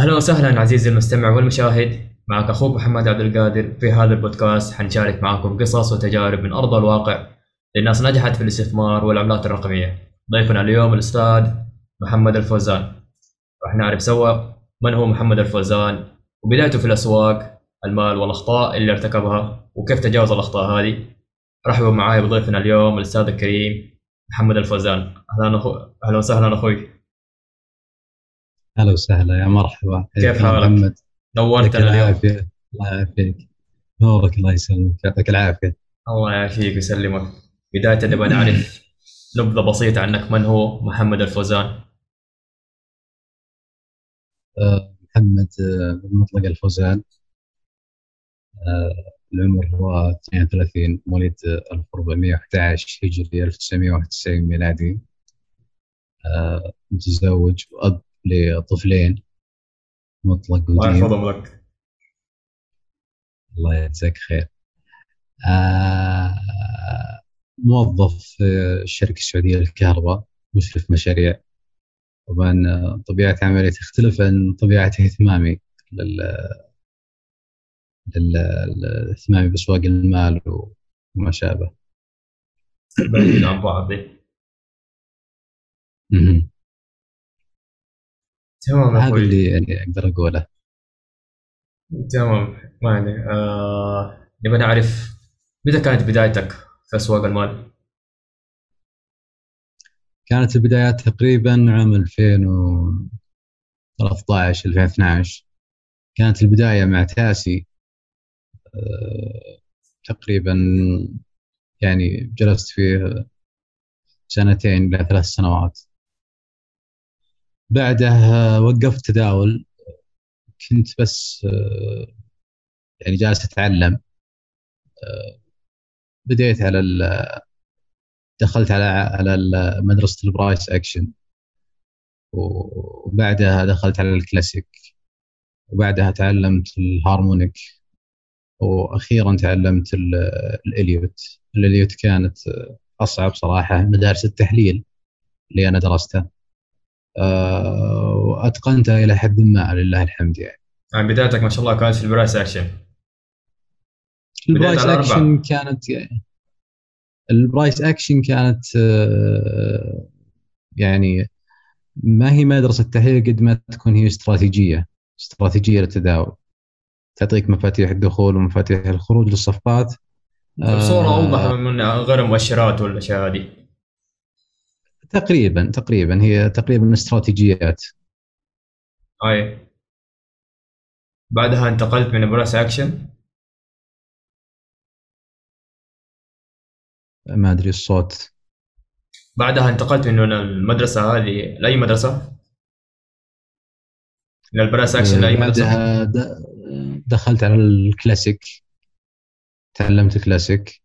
أهلا وسهلا عزيزي المستمع والمشاهد، معك أخوك محمد عبد القادر. في هذا البودكاست حنشارك معكم قصص وتجارب من أرض الواقع للناس نجحت في الاستثمار والعملات الرقمية. ضيفنا اليوم الأستاذ محمد الفوزان. راح نعرف سوا من هو محمد الفوزان وبدايته في الأسواق، المال والأخطاء اللي ارتكبها وكيف تجاوز الأخطاء هذه. رحبوا معاي بضيفنا اليوم الأستاذ الكريم محمد الفوزان. أهلا وسهلا أخوي. هلا وسهلا، يا مرحبا، كيف حياك الله حالك؟ محمد. يعطيك نورتنا اليوم. العافية. الله يعافيك. نورك، الله يسلمك، يعطيك العافية. الله يعافيك ويسلمك. بداية نبغى نعرف نبذة بسيطة عنك، من هو محمد الفوزان؟ محمد بن مطلق الفوزان. العمر هو 32، مواليد 1411 هجري، 1991 ميلادي. متزوج وأب لطفلين، مطلق الله وديم. يحفظهم لك. الله يجزاك خير. آه، موظف في الشركة السعودية للكهرباء، مشرف مشاريع. طبعا طبيعة عملي تختلف عن طبيعة اهتمامي اهتمامي بأسواق المال وما شابه. بعيدين عن بعض دي. مهم. تمام يا هذا أخوي. اللي يعني أقدر أقوله. تمام. ما يعني نبغى نعرف متى كانت بدايتك في أسواق المال؟ كانت البدايات تقريبا عام 2013 2012. كانت البداية مع تاسي. تقريبا يعني جلست فيه سنتين إلى 3 سنوات. بعدها وقفت تداول. كنت بس يعني جالس أتعلم. بديت دخلت على مدرسة البرايس أكشن، وبعدها دخلت على الكلاسيك، وبعدها تعلمت الهارمونيك، وأخيرا تعلمت الإليوت. الإليوت كانت أصعب صراحة مدارس التحليل اللي أنا درستها. وأتقنتها إلى حد ما، لله الحمد يعني. يعني بدايتك ما شاء الله كانت في البرايس أكشن. بديت البرايس على أكشن أربعة. كانت البرايس أكشن كانت يعني ما هي مدرسة تحليل قد ما تكون هي استراتيجية للتداول. تعطيك مفاتيح الدخول ومفاتيح الخروج للصفقات. بصورة أوضح آه من غير المؤشرات والأشياء هذه. تقريبا هي تقريبا استراتيجيات. أي. بعدها انتقلت من البرايس أكشن. ما أدري الصوت. بعدها انتقلت من المدرسة هذه لأي مدرسة؟ من البرايس أكشن لأي مدرسة؟ بعدها دخلت على الكلاسيك، تعلمت كلاسيك.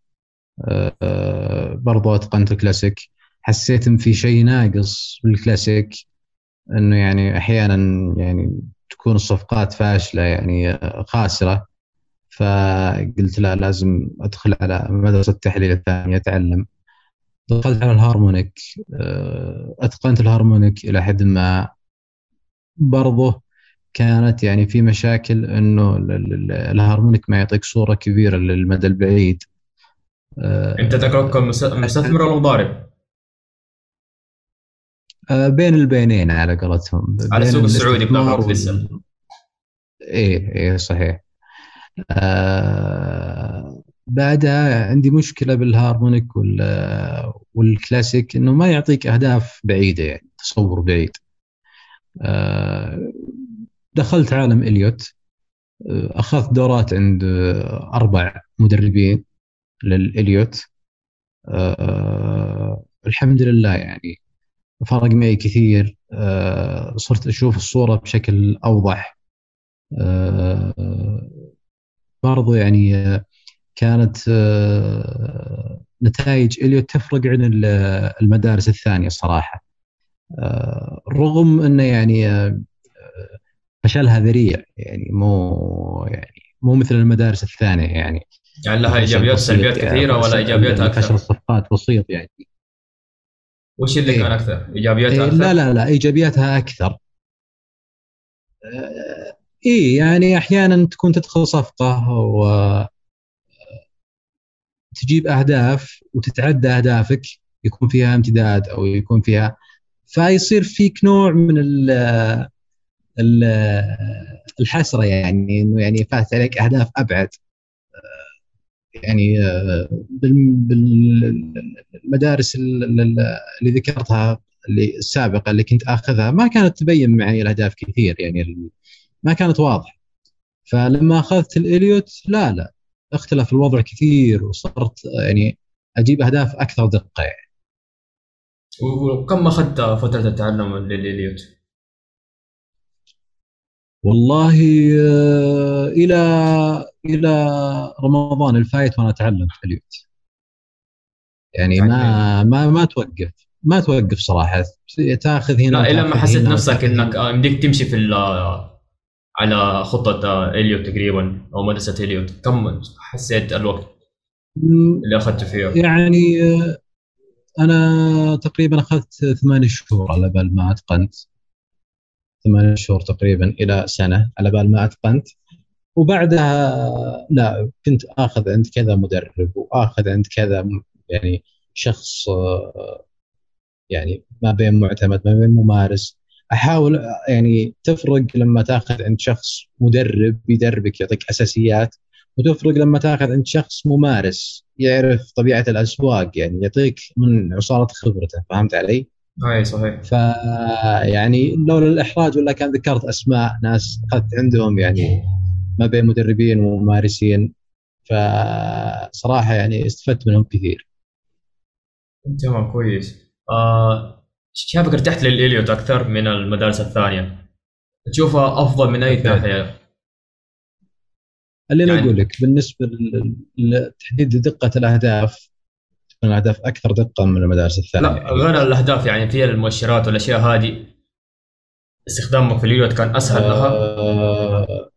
برضو أتقنت الكلاسيك. حسيت إن في شيء ناقص بالكلاسيك، إنه يعني أحيانا يعني تكون الصفقات فاشلة، يعني خاسرة. فقلت لا، لازم أدخل على مدرسة تحليل الثانية أتعلم. دخلت على الهارمونيك. أتقنت الهارمونيك إلى حد ما. برضه كانت يعني في مشاكل، إنه الهارمونيك ما يعطيك صورة كبيرة للمدى البعيد. أنت تكون مستثمر ولا مضارب؟ بين البينين على قولتهم، على بين السوق السعودي بذاك الاستثمار الوقت لسه. إيه صحيح. بعدها عندي مشكلة بالهارمونيك والكلاسيك، إنه ما يعطيك أهداف بعيدة، يعني تصور بعيد. آه دخلت عالم إليوت. أخذت دورات عند 4 مدربين للإليوت. الحمد لله يعني فرق معي كثير. صرت أشوف الصورة بشكل أوضح. آه برضو يعني كانت نتائج إليوت تفرق عن المدارس الثانية صراحة. رغم أنه يعني فشلها ذريع، يعني مو مثل المدارس الثانية يعني. يعني لها الفشل إيجابيات بسيط، وسلبيات يعني كثيرة ولا إيجابياتها الفشل أكثر؟ الصفقات بسيط يعني. وش اللي كان إيه, أكثر؟ إيجابياتها إيه لا أكثر؟ لا لا، إيجابياتها أكثر. إيه يعني أحيانا تكون تدخل صفقة وتجيب أهداف وتتعدى أهدافك، يكون فيها امتداد أو يكون فيها، فيصير فيك نوع من ال- الحسرة، يعني إنه يعني فات عليك أهداف أبعد. يعني بالمدارس اللي ذكرتها، اللي السابقة اللي كنت آخذها، ما كانت تبين معي الأهداف كثير، يعني ما كانت واضحة. فلما أخذت الإليوت، لا اختلف الوضع كثير، وصرت يعني أجيب أهداف أكثر دقة يعني. وكم أخذت فترة التعلم للإليوت؟ والله إلى رمضان الفايت وأنا أتعلم في الإليوت، يعني يعني من... ما توقف صراحة. تاخذ هنا لا، إلا ما وتاخذ حسيت هنا نفسك وتاخذ إنك هنا. يمديك تمشي في على خطة إليوت تقريبا، أو مدرسة إليوت، كم حسيت الوقت م- اللي أخذته فيه؟ يعني أنا تقريبا أخذت 8 شهور على بال ما أتقنت. 8 شهور تقريبا إلى سنة على بال ما أتقنت. وبعدها لا، كنت آخذ عند كذا مدرب وآخذ عند كذا يعني شخص، يعني ما بين معتمد ما بين ممارس. احاول يعني تفرق لما تاخذ عند شخص مدرب يدربك يعطيك اساسيات، وتفرق لما تاخذ عند شخص ممارس يعرف طبيعه الاسواق، يعني يعطيك من عصاره خبرته. فهمت علي؟ أي صحيح. يعني لولا الاحراج ولا كان ذكرت اسماء ناس اخذت عندهم، يعني ما بين مدربين وممارسين. فصراحه يعني استفدت منهم كثير. تمام، كويس. شايفك ارتحت للإليوت أكثر من المدارس الثانية، تشوفها أفضل من أي فعلا، ناحية؟ اللي انا اقول يعني لك بالنسبه لتحديد دقه الاهداف، تكون الاهداف اكثر دقه من المدارس الثانيه لا، يعني. غير الأهداف، يعني فيها المؤشرات والأشياء هذه، استخدامك في الإليوت كان أسهل لها. آه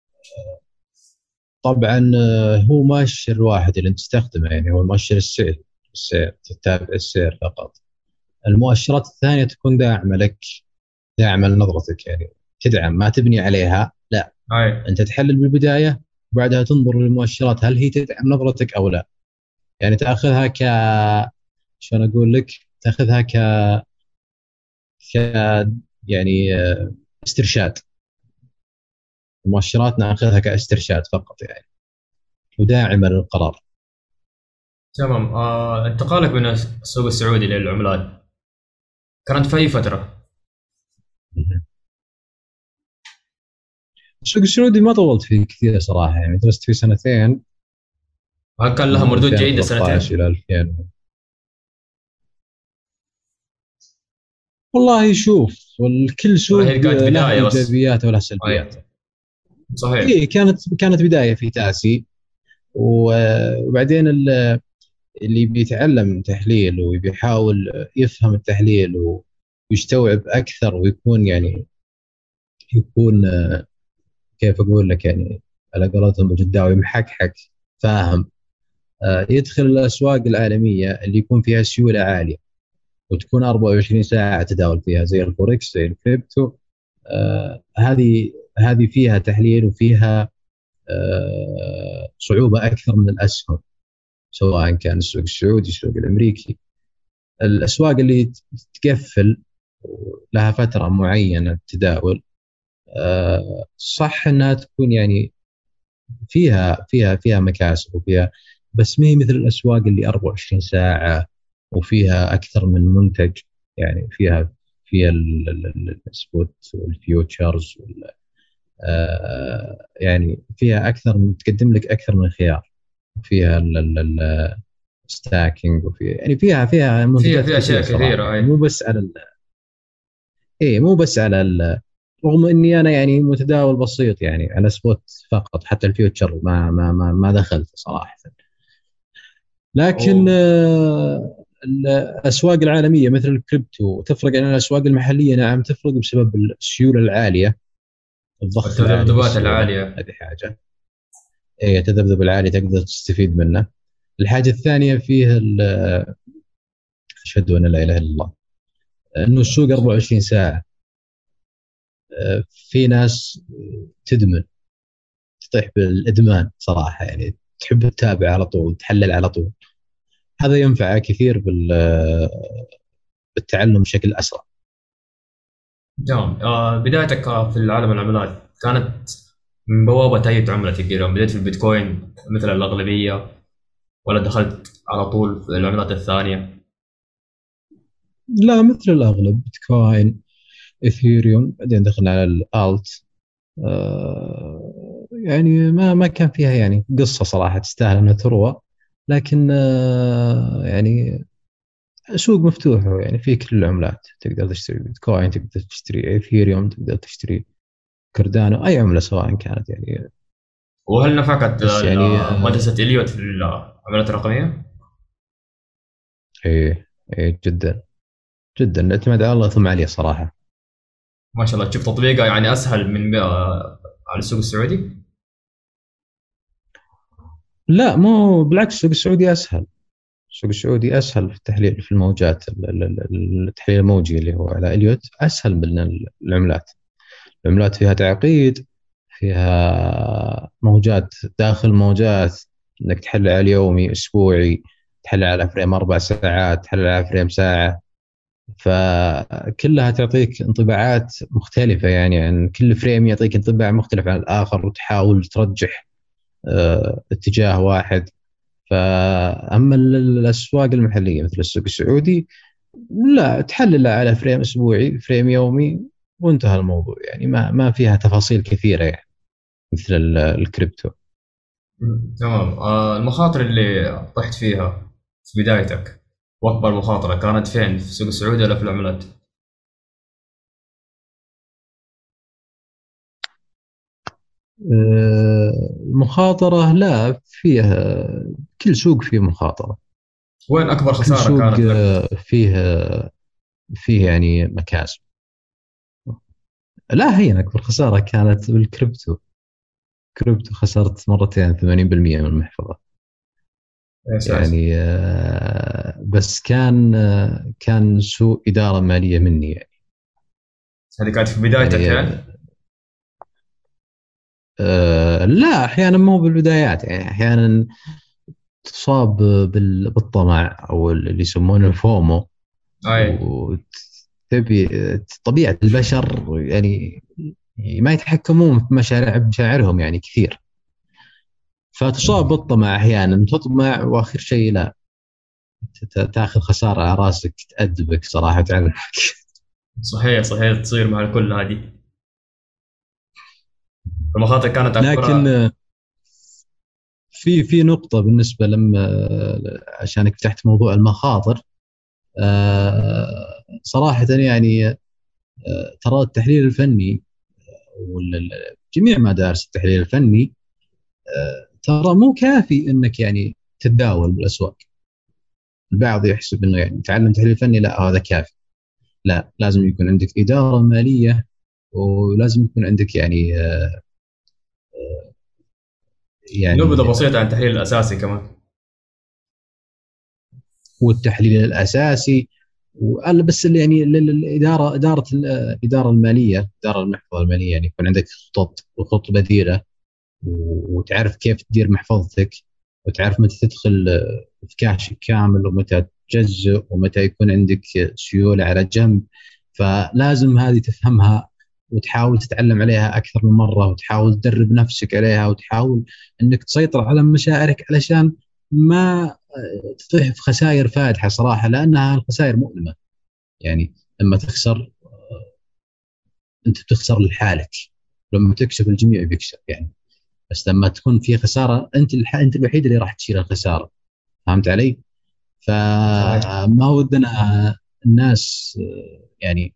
طبعا، هو مؤشر واحد اللي تستخدمه، يعني هو المؤشر السير تتابع السير فقط. المؤشرات الثانيه تكون داعمه لك، داعمه لنظرتك، يعني تدعم ما تبني عليها. لا، أي. انت تحلل بالبدايه، وبعدها تنظر للمؤشرات هل هي تدعم نظرتك او لا. يعني تاخذها شلون اقول لك، تاخذها ك يعني استرشاد. المؤشرات ناخذها كاسترشاد فقط يعني، وداعمه للقرار. تمام. انتقالك من السوق السعودي للعملات كانت في أي فترة؟ السوق السعودي ما طولت فيه كثير صراحه، يعني درست فيه سنتين، هل كان لها من مردود جيد 2013 السنتين؟ الى 2000. والله شوف، والكل ولا سوق هي كانت له بداية بس؟ ايجابياته وله أي سلبياته. صحيح. اي، كانت بدايه في تاسي، وبعدين اللي بيتعلم تحليل وبيحاول يفهم التحليل ويستوعب اكثر، ويكون يعني يكون كيف اقول لك، يعني على قولتهم الجداوي محكحك، فاهم. يدخل الاسواق العالميه اللي يكون فيها سيوله عاليه، وتكون 24 ساعه تداول فيها، زي الفوركس زي الكريبتو. هذه فيها تحليل وفيها صعوبه اكثر من الاسهم، سواء كان السوق السعودي السوق الامريكي. الاسواق اللي تقفل لها فتره معينه تداول، صح انها تكون يعني فيها مكاسب وفيها، بس ما هي مثل الاسواق اللي 24 ساعه وفيها اكثر من منتج. يعني فيها السبوت والفيوتشرز يعني فيها اكثر تقدم لك اكثر من خيار. فيها الستاكينج، وفيها يعني فيها منتجات فيها كثير أشياء صراحه، كثيرة. يعني أي. مو بس على رغم اني انا يعني متداول بسيط يعني على سبوت فقط، حتى الفيوتشر ما دخلت صراحه. لكن و... الاسواق العالميه مثل الكريبتو تفرق عن الاسواق المحليه. نعم تفرق بسبب السيوله العاليه، الضخ العالي في والتذبذبات السيوله. العالية. هذه حاجه. اي، التذبذب العالي تقدر تستفيد منه. الحاجه الثانيه فيه اشهد ان لا اله الا الله، انه السوق 24 ساعه. في ناس تدمن، تطيح بالادمان صراحه، يعني تحب تتابع على طول، تحلل على طول. هذا ينفع كثير بالتعلم بشكل اسرع. تمام. بدايتك في العالم العملات كانت من بوابة أي عملة تقريبا؟ بديت في البيتكوين مثل الأغلبية، ولا دخلت على طول في العملات الثانية؟ لا، مثل الاغلب بيتكوين، اثيريوم، بعدين دخلنا على الالت. يعني ما كان فيها يعني قصه صراحه تستاهل انها تروى، لكن يعني سوق مفتوح، يعني في كل العملات، تقدر تشتري بيتكوين، تقدر تشتري ايثيريوم، تقدر تشتري كاردانو، اي عمله سواء كانت يعني. وهل نفعك بس يعني مدرسة إليوت في العملات الرقمية؟ ايه، ايه جدا جدا، الاعتماد على الله ثم عليه صراحه. ما شاء الله، تشوف تطبيقها يعني أسهل من على السوق السعودي؟ لا، مو بالعكس، السوق السعودي اسهل. السوق السعودي اسهل في التحليل، في الموجات، التحليل الموجي اللي هو على اليوت اسهل من العملات. العملات فيها تعقيد، فيها موجات داخل موجات، انك تحلل على يومي، اسبوعي، تحلل على فريم 4 ساعات، تحلل على فريم ساعه. فكلها تعطيك انطباعات مختلفه، يعني كل فريم يعطيك انطباع مختلف عن الاخر، وتحاول ترجح اتجاه واحد. فأما الأسواق المحلية مثل السوق السعودي، لا، تحلل على فريم أسبوعي، فريم يومي، وانتهى الموضوع، يعني ما فيها تفاصيل كثيرة يعني مثل الكريبتو. تمام. المخاطر اللي طحت فيها في بدايتك، وأكبر مخاطرة كانت فين؟ في السوق السعودي ولا في العملات؟ المخاطرة لا، فيها كل سوق فيه مخاطرة. وين أكبر كل خسارة سوق كانت لك؟ فيه يعني مكاسب. لا، هي أكبر خسارة كانت بالكريبتو. كريبتو خسرت مرتين 80% من المحفظة. يا ساتر. يعني بس كان سوء إدارة مالية مني يعني. هذه كانت في بدايتك يعني يعني؟ لا، أحيانا مو بالبدايات، يعني أحيانا تصاب بالطمع، أو اللي يسمونه الفومو، أي. وتبي، طبيعة البشر يعني ما يتحكمون في مشاعرهم يعني كثير، فتصاب بالطمع أحيانا، تطمع وآخر شيء لا، تاخذ خسارة على راسك، تأدبك صراحة، تعلمك. صحيح صحيح، تصير مع الكل هذه. المخاطر كانت لكن أكبرها. في نقطة بالنسبة لما عشانك فتحت موضوع المخاطر، صراحة يعني ترى التحليل الفني، جميع مدارس التحليل الفني، ترى مو كافي انك يعني تتداول بالاسواق. البعض يحسب انه يعني تعلم تحليل فني، لا هذا كافي. لا، لازم يكون عندك إدارة مالية، ولازم يكون عندك نبذة يعني بسيطة عن التحليل الأساسي كمان. والتحليل الاساسي. بس اللي يعني الاداره الماليه، الاداره المحفظه الماليه، يعني يكون عندك خطط وخطط بديله، وتعرف كيف تدير محفظتك، وتعرف متى تدخل في كاش كامل، ومتى تجزء، ومتى يكون عندك سيوله على جنب. فلازم هذه تفهمها، وتحاول تتعلم عليها اكثر من مره، وتحاول تدرب نفسك عليها، وتحاول انك تسيطر على مشاعرك علشان ما تطيح في خسائر فادحه صراحه، لانها الخسائر مؤلمه. يعني لما تخسر، انت بتخسر لحالك، لما تكسب الجميع بيكسب يعني. بس لما تكون في خساره، انت الوحيد اللي راح تشيل الخساره. فهمت علي؟ صحيح. فما ودنا الناس يعني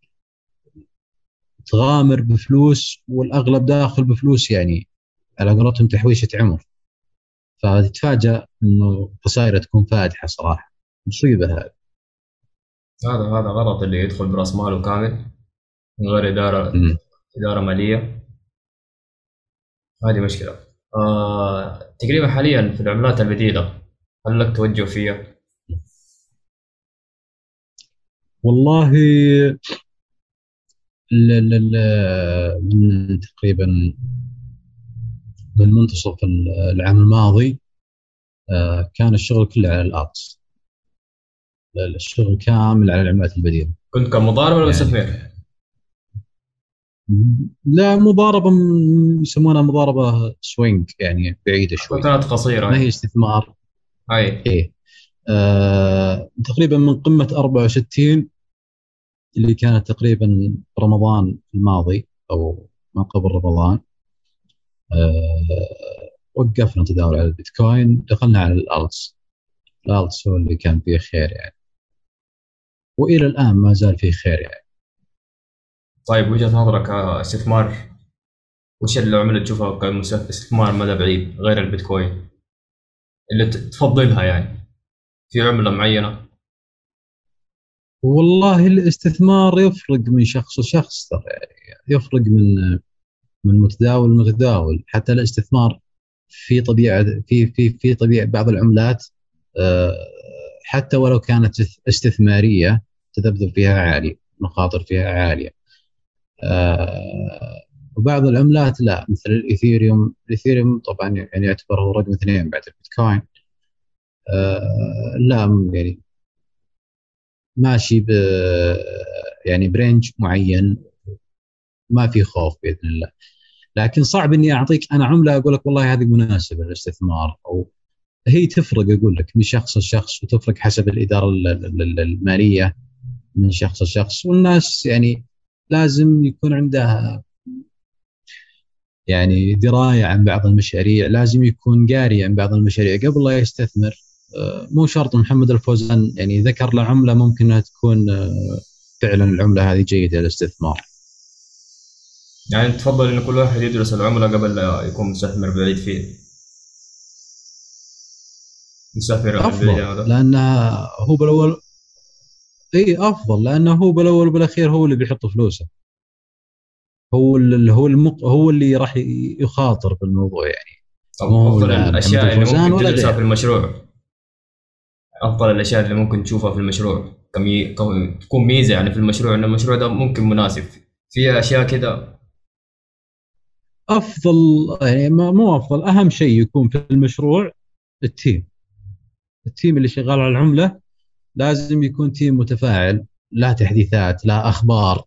تغامر بفلوس، والاغلب داخل بفلوس، يعني على قولتهم تحويشه عمر، فتتفاجأ انه خسائر تكون فادحه صراحه. مصيبه هذه. هذا غلط، اللي يدخل برأس ماله كامل من غير مم. إدارة مالية. هذه مشكلة. تقريبا حاليا في العملات البديلة، هل لك توجه فيها؟ والله من تقريبا من منتصف العام الماضي كان الشغل كله على الارتس، الشغل كامل على العملات البديلة كنت كمضارب ولا يعني. مستثمر؟ لا، مضاربة يسمونها مضاربة سوينج، يعني بعيدة شوي، فترات قصيرة ما هي يعني. استثمار. أي. ايه. تقريبا من قمة 64 اللي كانت تقريبا رمضان الماضي أو ما قبل رمضان، وقفنا تداول على البيتكوين، دخلنا على الألتس. الألتس هو اللي كان فيه خير يعني، وإلى الآن ما زال فيه خير يعني. طيب وجهة نظرك كاستثمار، وش العملة اللي تشوفها كاستثمار مدى بعيد غير البيتكوين اللي تفضلها يعني؟ في عملة معينة؟ والله الاستثمار يفرق من شخص لشخص ترى، يعني يفرق من متداول لمتداول. حتى الاستثمار في طبيعة في طبيعة بعض العملات، آه، حتى ولو كانت استثمارية، تذبذب فيها عالي، مخاطر فيها عالية. وبعض العملات لا، مثل الإثيريوم طبعا يعني يعتبر هو رقم اثنين بعد البيتكوين. لا يعني ماشي يعني برينج معين، ما في خوف بإذن الله. لكن صعب اني اعطيك انا عمله اقول لك والله هذه مناسبه للاستثمار، او هي تفرق اقول لك من شخص لشخص، وتفرق حسب الاداره الماليه من شخص لشخص. والناس يعني لازم يكون عندها يعني درايه عن بعض المشاريع، لازم يكون قاري عن بعض المشاريع قبل لا يستثمر. مو شرط محمد الفوزان يعني ذكر له عمله ممكن انها تكون فعلا العمله هذه جيده للاستثمار. يعني تفضل إن كل واحد يدرس العملة قبل لا يكون مستثمر بعيد فيه، مستثمر بعيد افضل هذا. لانها هو بالاول، اي افضل لانه هو بالاول وبالاخير هو اللي بيحط فلوسه، هو اللي راح يخاطر بالموضوع يعني. طب مو هو أفضل لا محمد الأشياء اللي الفوزان ممكن ولا تدرسها في غيره. المشروع، أفضل الأشياء اللي ممكن تشوفها في المشروع تكون ميزة يعني في المشروع، إن المشروع ده ممكن مناسب في أشياء كده. افضل يعني مو افضل، اهم شيء يكون في المشروع التيم. التيم اللي شغال على العمله لازم يكون تيم متفاعل، لا تحديثات لا اخبار،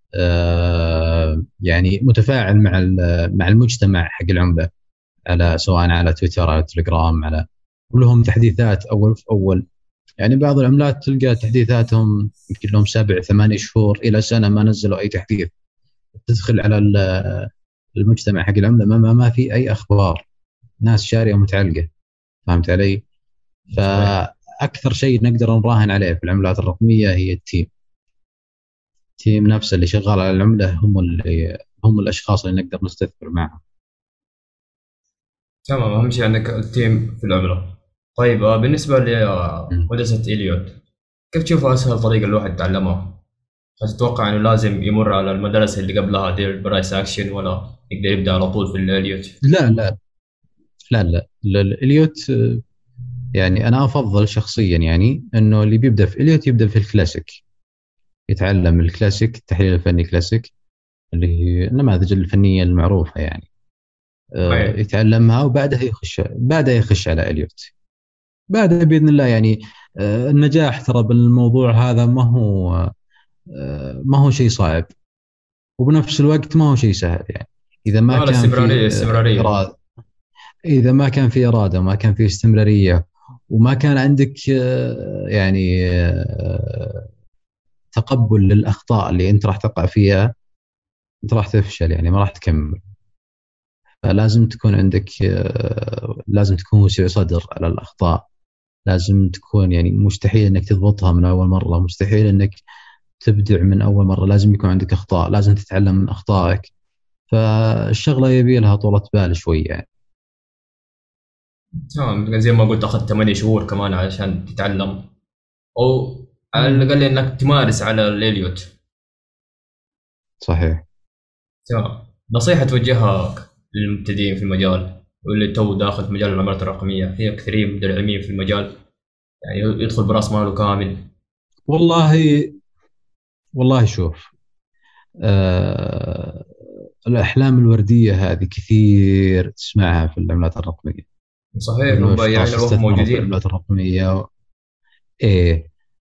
يعني متفاعل مع المجتمع حق العمله، على سواء على تويتر على تليجرام، على كلهم تحديثات اول في اول. يعني بعض العملات تلقى تحديثاتهم يمكن لهم 7 8 شهور الى سنه ما نزلوا اي تحديث. تدخل على المجتمع حق العمله ما في اي اخبار، ناس شاريه ومتعلقه. فهمت علي؟ صحيح. فاكثر شيء نقدر نراهن عليه في العملات الرقميه هي التيم. التيم نفسه اللي شغال على العمله هم الاشخاص اللي نقدر نستثمر معهم. تمام، أهم شيء عندك التيم في العملة. طيب بالنسبة م. لمدرسة إليوت، كيف تشوف أسهل طريقة الواحد يتعلمها؟ هل تتوقع إنه لازم يمر على المدرسة اللي قبلها دي البرايس أكشن، ولا يقدر يبدأ على طول في الإليوت؟ لا لا لا، اليوت يعني انا افضل شخصيا يعني انه اللي بيبدا في اليوت يبدا في الكلاسيك، يتعلم الكلاسيك، التحليل الفني كلاسيك، اللي هي النماذج الفنيه المعروفه يعني. أي. يتعلمها بعدها يخش على اليوت. بعدها باذن الله يعني. النجاح ترى بالموضوع هذا ما هو شيء صعب، وبنفس الوقت ما هو شيء سهل يعني. اذا ما لا، كان في الاستمرارية. اراده، اذا ما كان في اراده وما كان في استمراريه، وما كان عندك يعني تقبل للاخطاء اللي انت راح تقع فيها، انت راح تفشل يعني ما راح تكمل. فلازم تكون عندك لازم تكون وسع صدر على الاخطاء. لازم تكون يعني مستحيل انك تضبطها من اول مره، مستحيل انك تبدع من اول مره، لازم يكون عندك اخطاء، لازم تتعلم من اخطائك. فالشغله يبي لها طولة بال شوي يعني. تمام، زي ما قلت أخذت 8 شهور كمان عشان تتعلم، أو على الأقل إنك تمارس على الإليوت. صحيح. تمام. نصيحة توجهها للمبتدئين في المجال واللي تو داخل في مجال العملات الرقمية، في كثيرين مدرعمين في المجال، يعني يدخل برأس ماله كامل. والله شوف، آه، الأحلام الوردية هذه كثير تسمعها في العملات الرقمية، صحيح، إنه هم بياعين أشخاص الوهم استثمروا في موجودين. العملات الرقمية. إيه.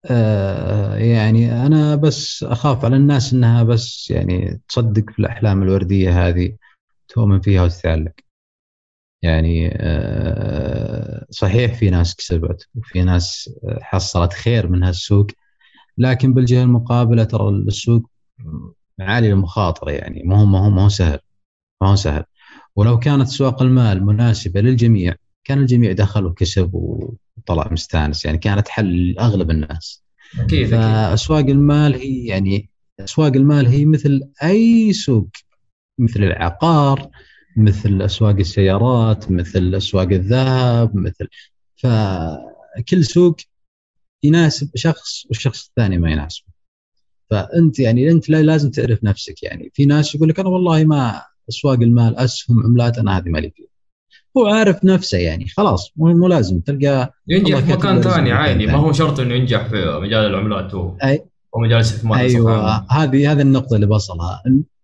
يعني أنا بس أخاف على الناس إنها بس يعني تصدق في الأحلام الوردية هذه، تؤمن فيها وتتعلق. يعني صحيح في ناس كسبت وفي ناس حصلت خير من هالسوق، لكن بالجهة المقابلة ترى السوق عالي المخاطرة، يعني ما هو سهل. ما هو سهل. ولو كانت سوق المال مناسبة للجميع كان الجميع دخل وكسب وطلع مستانس، يعني كانت حل لأغلب الناس. اكيد اكيد. فأسواق المال هي يعني أسواق المال هي مثل أي سوق، مثل العقار، مثل أسواق السيارات، مثل أسواق الذهب، مثل، فكل سوق يناسب شخص والشخص الثاني ما يناسبه. فأنت يعني أنت لازم تعرف نفسك. يعني في ناس يقول لك أنا والله ما أسواق المال أسهم عملات أنا هذه مالي فيها. هو عارف نفسه يعني خلاص، مو لازم تلقى ينجح الله في كاتب مكان له رزق ثاني بمكان عادي، ما ثاني. هو شرط انه ينجح في مجال العملات هو، أي ومجال الاستثمار بصفة ايوه، عامة. هذه النقطه اللي بصلها،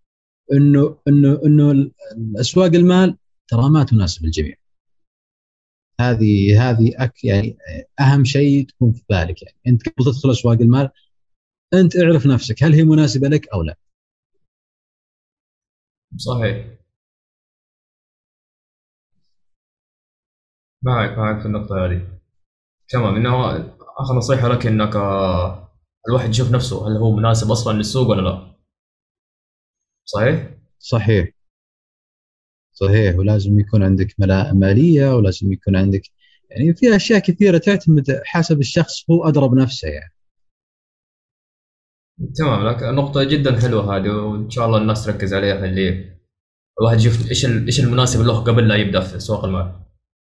انه الاسواق المال ترى ما تناسب الجميع. هذه يعني اهم شيء تكون في بالك. يعني انت قبل تدخل اسواق المال انت اعرف نفسك هل هي مناسبه لك او لا. صحيح، معك في النقطة هذه. تمام، انه اخر نصيحة لك انك الواحد يشوف نفسه هل هو مناسب اصلا للسوق ولا لا. صحيح. صحيح. صحيح. ولازم يكون عندك ماليه، ولازم يكون عندك، يعني في اشياء كثيره تعتمد حسب الشخص، هو ادرى بنفسه يعني. تمام لك، نقطة جدا حلوة هذه، وان شاء الله الناس تركز عليها في اللي الواحد يشوف ايش المناسب له قبل لا يبدأ في سوق المال.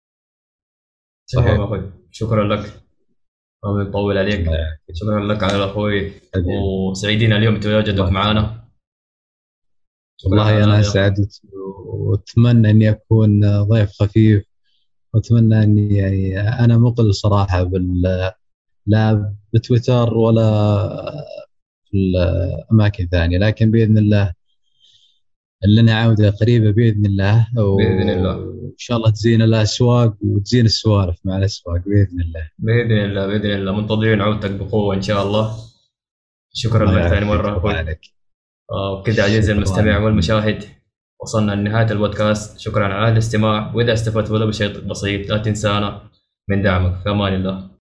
تمام صحيح. يا اخوي، شكرا لك، ما بنطول الله عليك. يعافيك شكرا لك على اخوي، حبيبي. وسعيدين اليوم بتواجدك الله يسلمك. معنا. شكرا والله على انا هذا يا اخوي. سعدت، واتمنى اني اكون ضيف خفيف، واتمنى اني يعني انا مقل صراحه لا بتويتر ولا في الاماكن ثانيه، لكن باذن الله لنا عوده قريبه باذن الله، بإذن الله. وان شاء الله تزين الاسواق وتزين السوالف مع الاسواق باذن الله. بإذن الله بإذن الله منتظرين عودتك بقوة إن شاء الله. شكرا الله لك ثاني يعافيك، مرة الله أخوي. عليك. وبكذا عزيزي المستمع شكرا. والمشاهد، وصلنا لنهاية البودكاست. شكرا على الاستماع، وإذا استفدت ولو بشيء بسيط لا تنسانا من دعمك. في أمان الله.